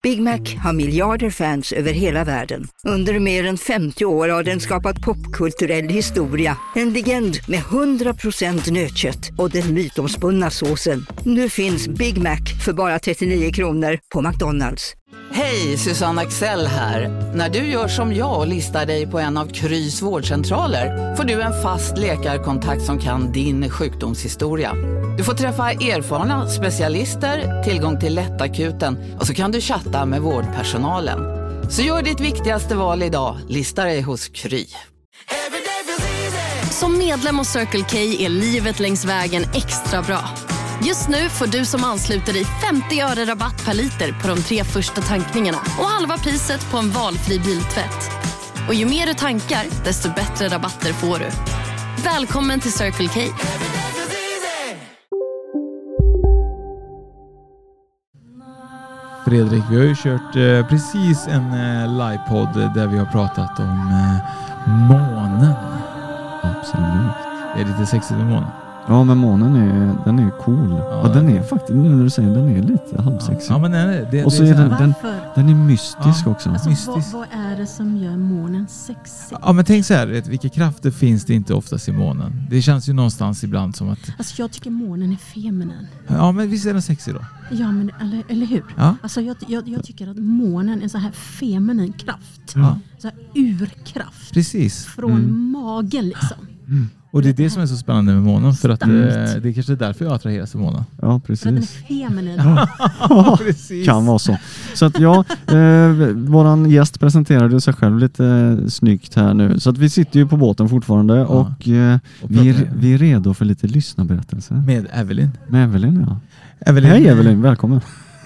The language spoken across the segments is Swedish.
Big Mac har miljarder fans över hela världen. Under mer än 50 år har den skapat popkulturell historia. En legend med 100% nötkött och den mytomspunna såsen. Nu finns Big Mac för bara 39 kronor på McDonald's. Hej, Susanne Axel här. När du gör som jag och listar dig på en av Krys vårdcentraler får du en fast läkarkontakt som kan din sjukdomshistoria. Du får träffa erfarna specialister, tillgång till lättakuten och så kan du chatta med vårdpersonalen. Så gör ditt viktigaste val idag, lista dig hos Kry. Som medlem hos Circle K är livet längs vägen extra bra. Just nu får du som ansluter dig 50 öre rabatt per liter på de 3 första tankningarna och halva priset på en valfri biltvätt. Och ju mer du tankar, desto bättre rabatter får du. Välkommen till Circle K. Fredrik, vi har ju kört precis en livepodd där vi har pratat om månen. Absolut. Det är lite sexigt med månen. Ja, men månen den är cool. Ja, den är faktiskt, nu när du säger, den är lite halvsexig. Ja, men det och så är den är mystisk också. Alltså, mystisk. Vad är det som gör månen sexig? Ja, men tänk så här, vilka krafter finns det inte oftast i månen? Det känns ju någonstans ibland som att... Alltså jag tycker månen är feminin. Ja, men visst är den sexig då? Ja, men eller hur? Ja. Alltså jag tycker att månen är en så här feminin kraft. Ja. Så här urkraft. Precis. Från magen liksom. Mm. Och det är det som är så spännande med månen, för att det är kanske därför jag attraheras av månen. Ja, precis. För att den är feminin. Ja, precis. Kan vara så. Så att våran gäst presenterade sig själv lite snyggt här nu. Så att vi sitter ju på båten fortfarande och vi är redo för lite lyssnarberättelser. Med Evelyn. Med Evelyn, ja. Evelyn. Hej Evelyn, välkommen.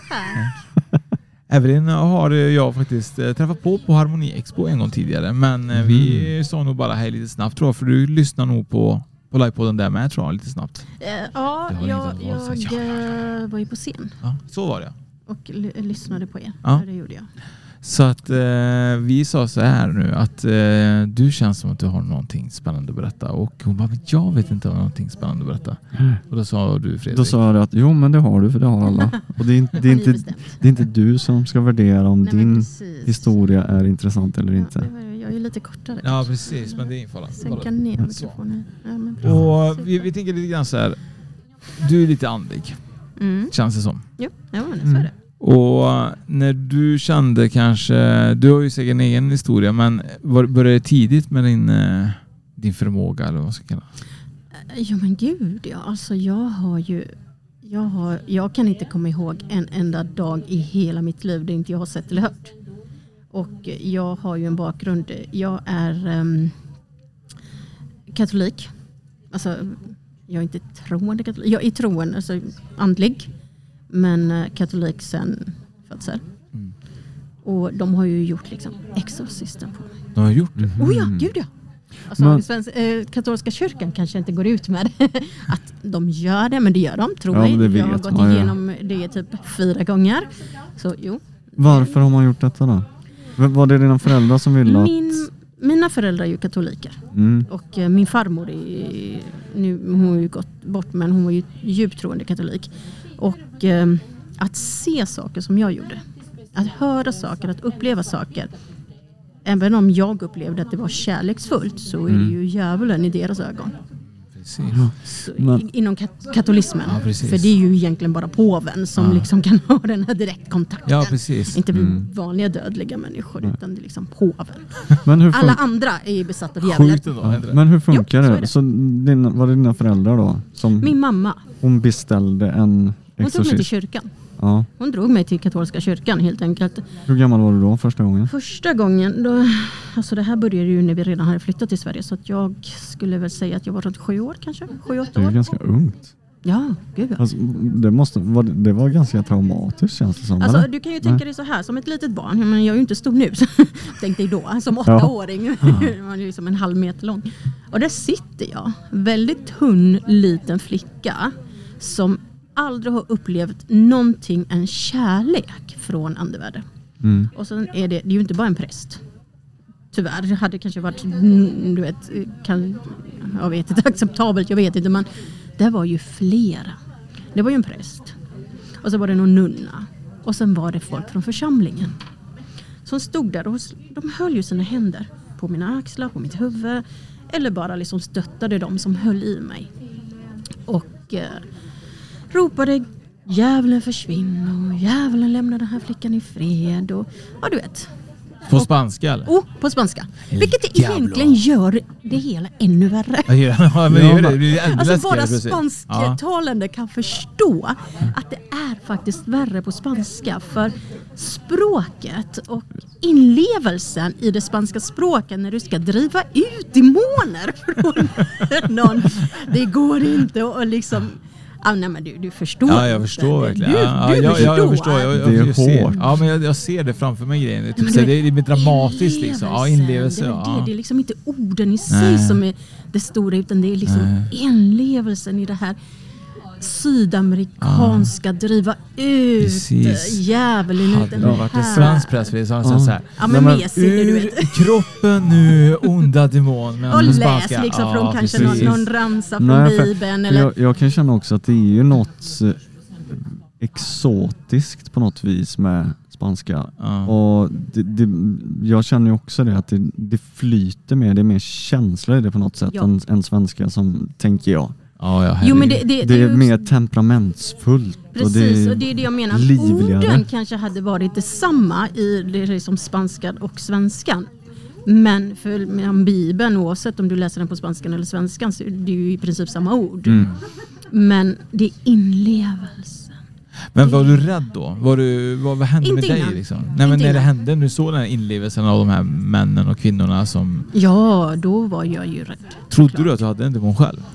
Evelyn har jag faktiskt träffat på Harmoni Expo en gång tidigare, men vi sa nog bara hej lite snabbt, tror jag, för du lyssnar nog på livepodden där med, tror jag, lite snabbt. Ja, jag var ju på scen. Ja, så var det. Och lyssnade på er. Ja. Det gjorde jag. Så att vi sa så här nu att du känns som att du har någonting spännande att berätta, och hon bara, men jag vet inte om någonting spännande att berätta. Och då sa du, Fredrik. Då sa jag att jo, men det har du, för det har alla. Och det är inte du som ska värdera om din historia är intressant eller inte. Jag är lite kortare. Ja, precis, men det är ingen fara. Sänka ner mikrofonen. Och vi tänker lite grann så här, du är lite andlig. Känns det som. Jo, men så är det. Och när du kände kanske, du har ju säkert en egen historia, men började det tidigt med din förmåga, eller vad man ska kalla? Ja, men gud, ja. Alltså jag kan inte komma ihåg en enda dag i hela mitt liv där inte jag har sett eller hört. Och jag har ju en bakgrund, jag är katolik. Alltså jag är inte troende katolik. Jag är troende, alltså andlig. Men katolik sen födsel. Och de har ju gjort liksom exorcisten på mig. De har gjort det? Oh ja, gud ja. Alltså, katolska kyrkan kanske inte går ut med att de gör det, men det gör de, tror jag. Jag har gått igenom det typ 4 gånger. Så jo. Varför har man gjort detta då? Var det dina föräldrar som ville att... Mina föräldrar är ju katoliker. Och min farmor hon har ju gått bort, men hon var ju djupt troende katolik. Och att se saker som jag gjorde, att höra saker, att uppleva saker, även om jag upplevde att det var kärleksfullt, så är det ju djävulen i deras ögon. Inom katolismen. Ja, för det är ju egentligen bara påven som liksom kan ha den här direktkontakten. Ja, precis. Inte vanliga dödliga människor, utan det är liksom påven. Alla andra är ju besatta av djävulen. Men hur funkar det? Så var det dina föräldrar då? Min mamma. Hon beställde en exorcist. Hon tog mig till kyrkan. Ja. Hon drog mig till katolska kyrkan helt enkelt. Hur gammal var du då första gången? Första gången, alltså det här började ju när vi redan hade flyttat till Sverige. Så att jag skulle väl säga att jag var runt 7 år kanske. 7-8 år. Det är ganska ungt. Ja, gud ja. Alltså, det var ganska traumatiskt, känns det som. Alltså eller? du kan ju tänka dig så här, som ett litet barn. Men jag är ju inte stor nu, så tänkte jag då. Som 8-åring. Det var ju som en halv meter lång. Och där sitter jag, väldigt tunn liten flicka, som aldrig har upplevt någonting än kärlek från andevärlden. Och sen är det är ju inte bara en präst. Tyvärr, det hade kanske varit jag vet inte, acceptabelt, jag vet inte, men det var ju flera. Det var ju en präst. Och så var det någon nunna. Och sen var det folk från församlingen som stod där och de höll ju sina händer på mina axlar, på mitt huvud. Eller bara liksom stöttade dem som höll i mig. Och ropade djävulen försvinn och djävulen lämnar den här flickan i fred. Och ja, du vet. På spanska eller? På spanska. Vilket egentligen gör det hela ännu värre. Ja, men gör det. Det är alltså bara spansktalande kan förstå att det är faktiskt värre på spanska. För språket och inlevelsen i det spanska språket när du ska driva ut demoner från någon. Det går inte att liksom... nej, men du förstår. Ja, jag förstår verkligen. Jag förstår. Det är hårt. Ja, men jag ser det framför mig grejen. Typ, det är dramatiskt liksom. Ja, inlevelse. Det är liksom inte orden i sig som är det stora, utan det är liksom inlevelsen i det här sydamerikanska driva ut djävulen ut den här. Fransk press så här. Ja, men ur kroppen nu onda demon. Och läs liksom från kanske någon ramsa från Bibeln. Eller? Jag kan känna också att det är ju något exotiskt på något vis med spanska. Och jag känner ju också det att det flyter mer, det är mer känsla i det på något sätt än svenska, som tänker jag. Jo, men det är mer temperamentsfullt. Precis, och det är det jag menar. Orden kanske hade varit detsamma i det som spanskan och svenskan. Men för Bibeln, oavsett om du läser den på spanskan eller svenskan, så är det ju i princip samma ord. Men det är inlevelsen. Men var du rädd då? Vad hände inte med dig liksom? Nej, men när det hände, nu såg den här inlevelsen av de här männen och kvinnorna som... Ja, då var jag ju rädd. Trodde du att du hade en demon själv?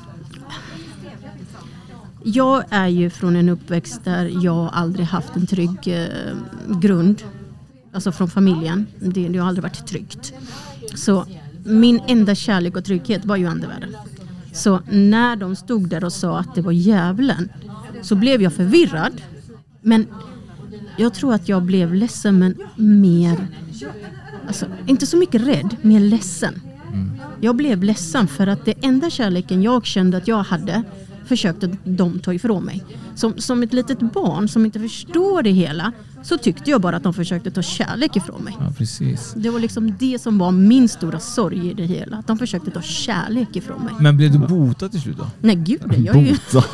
Jag är ju från en uppväxt där jag aldrig haft en trygg grund. Alltså från familjen. Det har aldrig varit tryggt. Så min enda kärlek och trygghet var ju andevärlden. Så när de stod där och sa att det var djävulen, så blev jag förvirrad. Men jag tror att jag blev ledsen, men mer... Alltså, inte så mycket rädd, mer ledsen. Jag blev ledsen för att det enda kärleken jag kände att jag hade försökte de ta ifrån mig. Som ett litet barn som inte förstår det hela, så tyckte jag bara att de försökte ta kärlek ifrån mig. Ja, precis. Det var liksom det som var min stora sorg i det hela. Att de försökte ta kärlek ifrån mig. Men blev du botad till slut då? Nej, gud, jag är ju...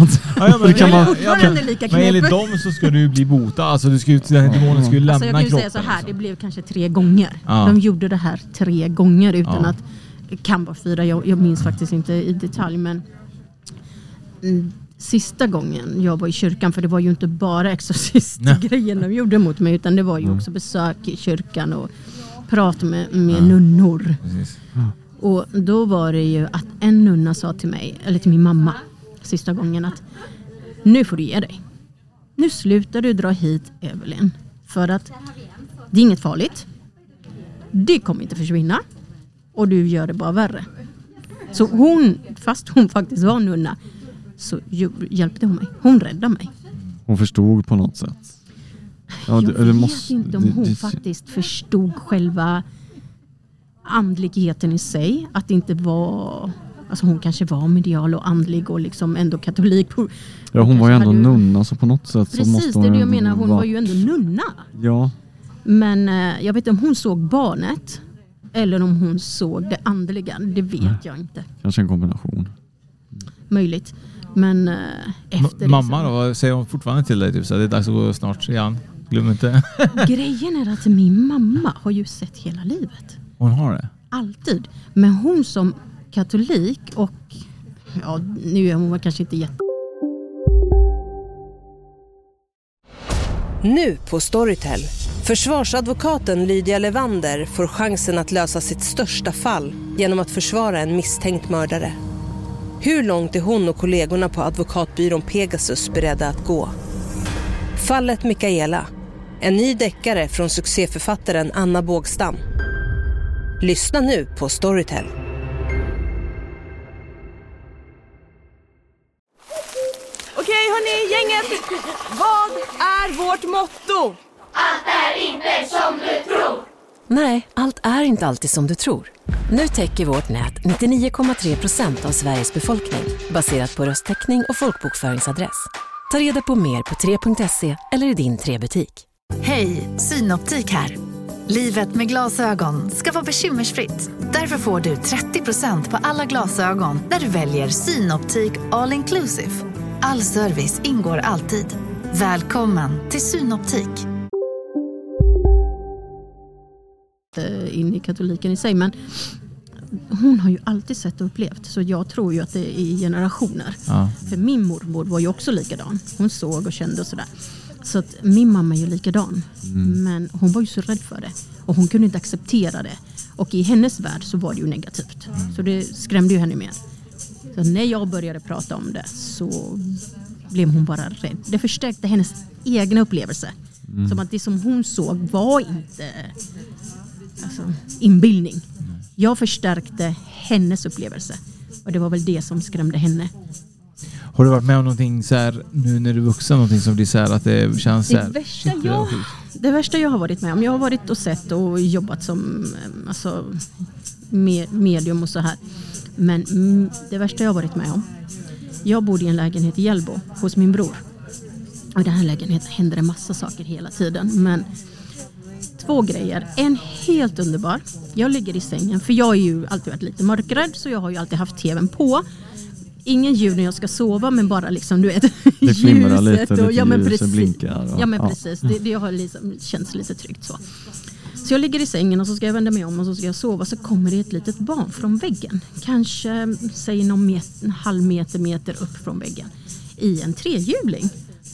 Men enligt dem så ska du bli botad. Alltså du skulle, den demonen skulle lämna kroppen. Jag kan ju säga så här, det blev kanske 3 gånger. Ja. De gjorde det här 3 gånger utan att... Det kan vara 4, jag minns faktiskt inte i detalj, men... Sista gången jag var i kyrkan, för det var ju inte bara exorcistgrejen de gjorde mot mig, utan det var ju också besök i kyrkan och prat med nunnor. Och då var det ju att en nunna sa till mig, eller till min mamma sista gången, att nu får du ge dig. Nu slutar du dra hit Evelyn, för att det är inget farligt. Det kommer inte försvinna och du gör det bara värre. Så fast hon faktiskt var nunna, så hjälpte hon mig. Hon räddade mig. Hon förstod på något sätt. Ja, jag vet inte om hon faktiskt förstod själva andligheten i sig. Att det inte var... Alltså hon kanske var medial och andlig och liksom ändå katolik. Ja, hon var ju ändå nunna, så på något sätt. Precis, så måste det är det jag menar. Hon var ju ändå nunna. Ja. Men jag vet inte om hon såg barnet eller om hon såg det andliga. Det vet jag inte. Kanske en kombination. Möjligt. Men efter mamma då, vad säger hon fortfarande till dig? Typ, så det är dags att gå snart igen. Glöm inte. Grejen är att min mamma har ju sett hela livet. Hon har det? Alltid. Men hon som katolik och ja, nu är hon kanske inte jätte... Nu på Storytel. Försvarsadvokaten Lydia Levander får chansen att lösa sitt största fall genom att försvara en misstänkt mördare. Hur långt är hon och kollegorna på advokatbyrån Pegasus beredda att gå? Fallet Mikaela. En ny deckare från succéförfattaren Anna Bågstam. Lyssna nu på Storytel. Okej hörni, gänget. Vad är vårt motto? Allt är inte som du tror. Nej, allt är inte alltid som du tror. Nu täcker vårt nät 99,3% av Sveriges befolkning baserat på röstteckning och folkbokföringsadress. Ta reda på mer på 3.se eller i din 3-butik. Hej, Synoptik här. Livet med glasögon ska vara bekymmersfritt. Därför får du 30% på alla glasögon när du väljer Synoptik All Inclusive. All service ingår alltid. Välkommen till Synoptik. In i katoliken i sig, men hon har ju alltid sett och upplevt, så jag tror ju att det är i generationer. Ja. För min mormor var ju också likadan. Hon såg och kände och sådär. Så att min mamma är ju likadan. Men hon var ju så rädd för det. Och hon kunde inte acceptera det. Och i hennes värld så var det ju negativt. Så det skrämde ju henne mer. Så när jag började prata om det så blev hon bara rädd. Det förstärkte hennes egna upplevelse. Som att det som hon såg var inte inbildning. Jag förstärkte hennes upplevelse. Och det var väl det som skrämde henne. Har du varit med om någonting så här, nu när du är vuxen, någonting som blir så här att det känns så här? Det värsta jag har varit med om. Jag har varit och sett och jobbat som medium och så här. Men det värsta jag har varit med om. Jag bodde i en lägenhet i Hjällbo hos min bror. Och i den här lägenheten händer det massa saker hela tiden. Men 2 grejer. En helt underbar. Jag ligger i sängen. För jag är ju alltid varit lite mörkrädd. Så jag har ju alltid haft tvn på. Ingen ljud när jag ska sova. Men bara liksom, du vet, det flimrar lite och, ja, men ljuset blinkar. Ja, men precis. Det har liksom, känns lite tryggt så. Så jag ligger i sängen och så ska jag vända mig om och så ska jag sova. Så kommer det ett litet barn från väggen. Kanske, säg en halv meter upp från väggen. I en trehjuling.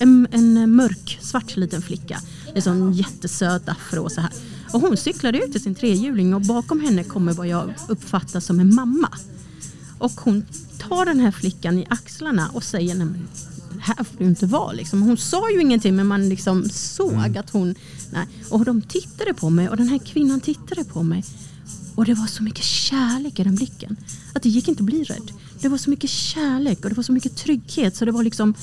En mörk, svart liten flicka. Liksom jättesöt afro och så här. Och hon cyklade ut i sin trehjuling och bakom henne kommer vad jag uppfattar som en mamma. Och hon tar den här flickan i axlarna och säger, nej men här får du inte vara liksom. Hon sa ju ingenting, men man liksom såg att hon, nej. Och de tittade på mig och den här kvinnan tittade på mig. Och det var så mycket kärlek i den blicken. Att det gick inte att bli rädd. Det var så mycket kärlek och det var så mycket trygghet. Så det var liksom,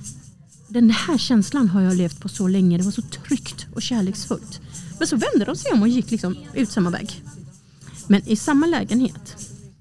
den här känslan har jag levt på så länge. Det var så tryggt och kärleksfullt. Men så vände de sig om och gick liksom ut samma väg. Men i samma lägenhet.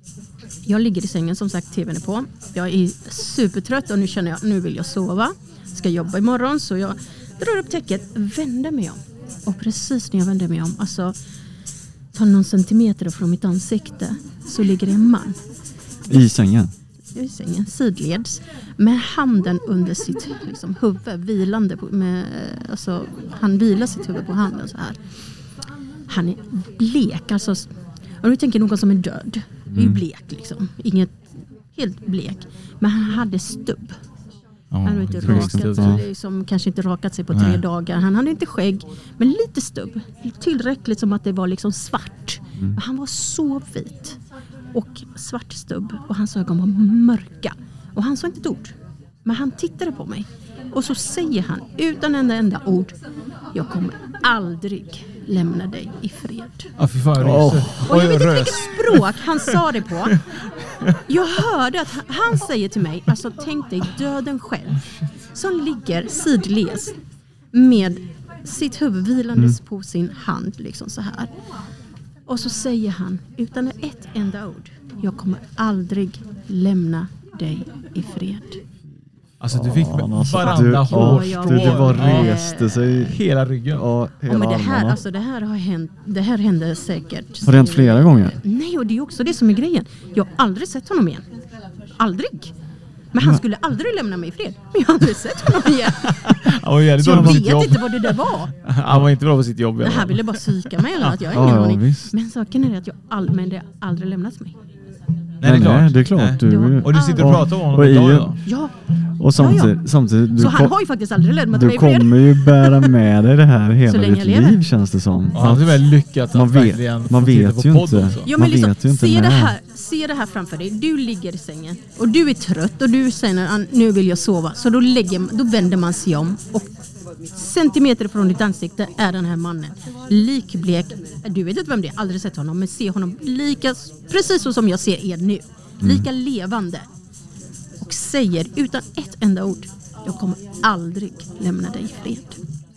Jag ligger i sängen, som sagt, tvn är på. Jag är supertrött och nu känner jag, nu vill jag sova. Ska jobba imorgon, så jag drar upp täcket, vänder mig om. Och precis när jag vänder mig om, alltså tar någon centimeter från mitt ansikte, så ligger det en man. I sängen? I sängen, sidleds. Med handen under sitt liksom, huvud, vilande på, alltså, han vilar sitt huvud på handen så här. Han är blek, alltså. Och du tänker någon som är död. Det är ju blek liksom. Inget helt blek. Men han hade stubb. Han hade inte rakat sig, liksom, kanske inte rakat sig på 3 dagar. Han hade inte skägg, men lite stubb. Tillräckligt som att det var liksom svart. Men han var så vit. Och svart stubb. Och hans ögon var mörka. Och han sa inte ett ord. Men han tittade på mig. Och så säger han utan en enda ord: jag kommer aldrig lämna dig i fred. Ja, fy fan, och jag vet inte vilket språk han sa det på. Jag hörde att han säger till mig, alltså tänk dig döden själv som ligger sidledes med sitt huvud vilandes på sin hand liksom så här. Och så säger han utan ett enda ord: jag kommer aldrig lämna dig i fred. Alltså du fick varandra hår. Det var reste sig hela ryggen. Ja, hela men det här, alltså, det här har hänt. Det här hände säkert. Har det hänt flera gånger? Nej, och det är också det som är grejen. Jag har aldrig sett honom igen. Aldrig. Men han skulle aldrig lämna mig i fred. Men jag har aldrig sett honom igen. Så jag vet inte vad det där var. Han var inte bra på sitt jobb. Det här ville bara psyka mig eller att jag har ingen aning. Men saken är att jag aldrig lämnat mig. Nej, det är klart. Och du sitter och pratar om honom idag då? Ja. Och samtidigt så han har ju faktiskt aldrig lämnat mig i fred. Du kommer ju bära med dig det här hela ditt liv, känns det som. Ja, det är väl lyckat att man vet ju inte. Ja, men liksom, se det här framför dig. Du ligger i sängen och du är trött och du säger nu vill jag sova. Så då vänder man sig om och centimeter från ditt ansikte är den här mannen. Likblek. Du vet inte vem det är, aldrig sett honom, men se honom precis så som jag ser er nu. Lika levande. Och säger utan ett enda ord: jag kommer aldrig lämna dig i fred.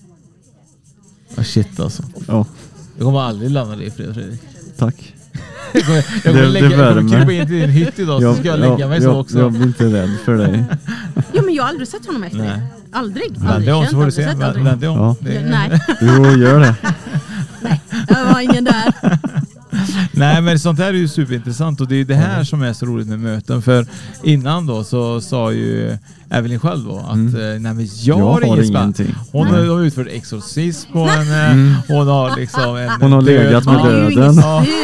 Shit alltså. Ja. Jag kommer aldrig lämna dig i fred, Fredrik. Tack. Jag kommer krypa in till din hytt idag så ska jag lägga mig så också. Jag blir inte rädd för dig. Ja, men jag har aldrig sett honom efter det. Aldrig. Vände om så får du se. Vände om. Ja. Nej. Jo, gör det. Nej, jag var ingen där. Nej, men sånt här är ju superintressant och det är det här som är så roligt med möten. För innan då så sa ju Evelyn själv då att nej, men jag har ingenting. Hon har utfört exorcism på en hon har liksom hon har legat med döden.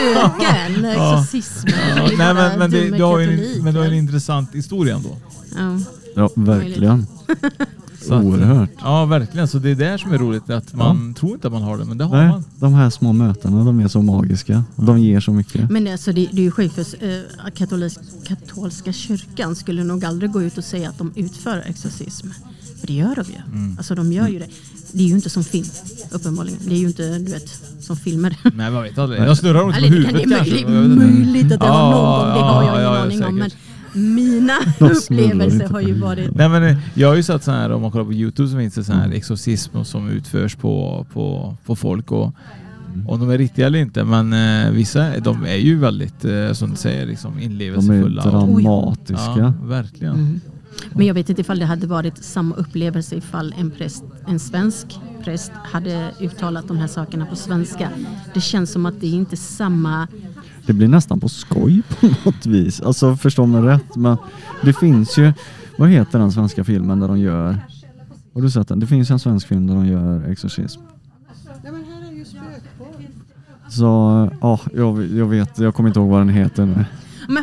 Exorcism. Nej, men du har en intressant historia ändå. Ja, verkligen. Oerhört. Ja, verkligen. Så det är det som är roligt, att man tror inte att man har det, men det har man. De här små mötena, de är så magiska. De ger så mycket. Men alltså, det är ju sjukt för katolska kyrkan skulle nog aldrig gå ut och säga att de utför exorcism. För det gör de ju. Alltså de gör ju det. Det är ju inte som film, uppenbarligen. Det är ju inte, du vet, som filmer. Nej, man vet aldrig. Jag snurrar runt på huvudet kanske. Det är möjligt att det var någon. Det har jag ingen aning om. Men mina upplevelser har ju varit... Nej, men jag har ju sett så här, om man kollar på YouTube så finns det så här exorcism som utförs på folk och om de är riktiga eller inte, men vissa de är ju väldigt som du säger liksom inlevelsefulla. De är dramatiska. Ja, verkligen. Men jag vet inte ifall det hade varit samma upplevelse ifall en svensk präst hade uttalat de här sakerna på svenska. Det känns som att det är inte samma... Det blir nästan på skoj på något vis. Alltså förstår man rätt. Men det finns ju... Vad heter den svenska filmen där de gör... Har du sett den? Det finns en svensk film där de gör exorcism. Ja, men här är ju spökbarn. Så, jag vet. Jag kommer inte ihåg vad den heter nu. Men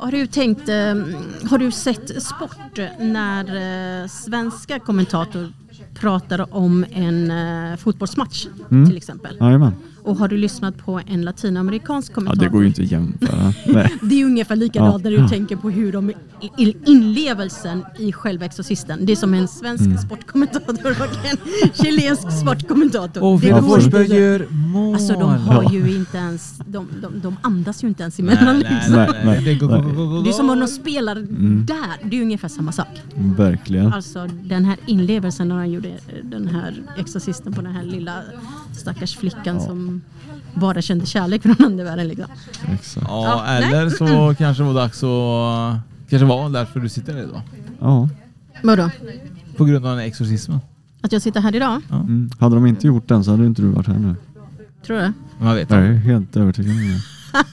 har du sett sport när svenska kommentator pratar om en fotbollsmatch till exempel? Jajamän. Och har du lyssnat på en latinamerikansk kommentator? Ja, det går ju inte att jämföra. Det är ungefär likadant när du tänker på hur de inlevelsen i själva exorcisten. Det är som en svensk sportkommentator och en chilensk sportkommentator. Och Frida Forsberg gör mål. Alltså de har ju inte ens de andas ju inte ens emellan. Nej. Det är som om de spelar där. Det är ungefär samma sak. Verkligen. Alltså den här inlevelsen när han gjorde den här exorcisten på den här lilla stackars flickan som bara kände kärlek från andevärlden liksom. Exakt. Ja, eller så kanske det var dags att kanske var därför du sitter här idag. Ja. Vadå? På grund av den exorcismen. Att jag sitter här idag? Ja. Hade de inte gjort den så hade inte du varit här nu. Tror du? Man vet. Jag är helt övertygad om det.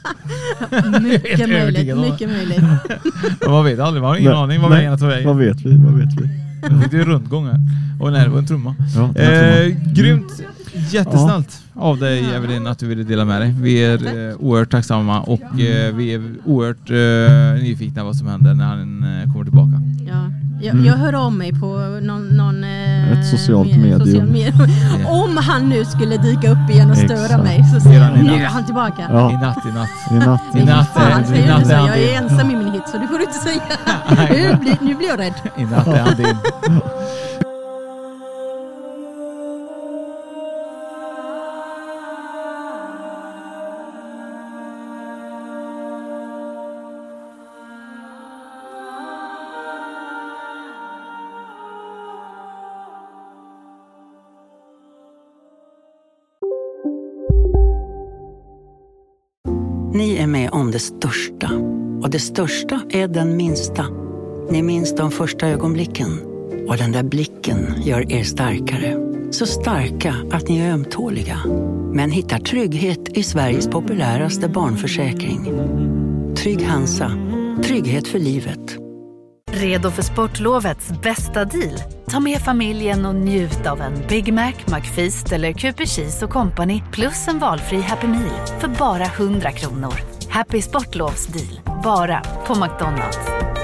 Mycket möjligt. Man vet aldrig, man har ingen aning vad vägen är till vägen. Vad vet vi? Det är rundgång här. Och nej, det var en trumma. Ja, grymt, jättesnällt av dig Evelyn att du ville dela med dig. Vi är oerhört tacksamma och vi är oerhört nyfikna vad som händer när han kommer tillbaka. Ja. Jag hör om mig på någon ett socialt medium. Om han nu skulle dyka upp igen och störa mig så säger han, nu är han tillbaka. Ja. I natt. Jag är ensam i min hit så det får du inte säga. Nu blir jag rädd. I natt är han din. Ni är med om det största. Och det största är den minsta. Ni minns de första ögonblicken. Och den där blicken gör er starkare. Så starka att ni är ömtåliga. Men hittar trygghet i Sveriges populäraste barnförsäkring. Trygg Hansa. Trygghet för livet. Redo för sportlovets bästa deal? Ta med familjen och njut av en Big Mac, McFeast eller Cooper Cheese och Company plus en valfri Happy Meal för bara 100 kronor. Happy Sportlovs deal, bara på McDonalds.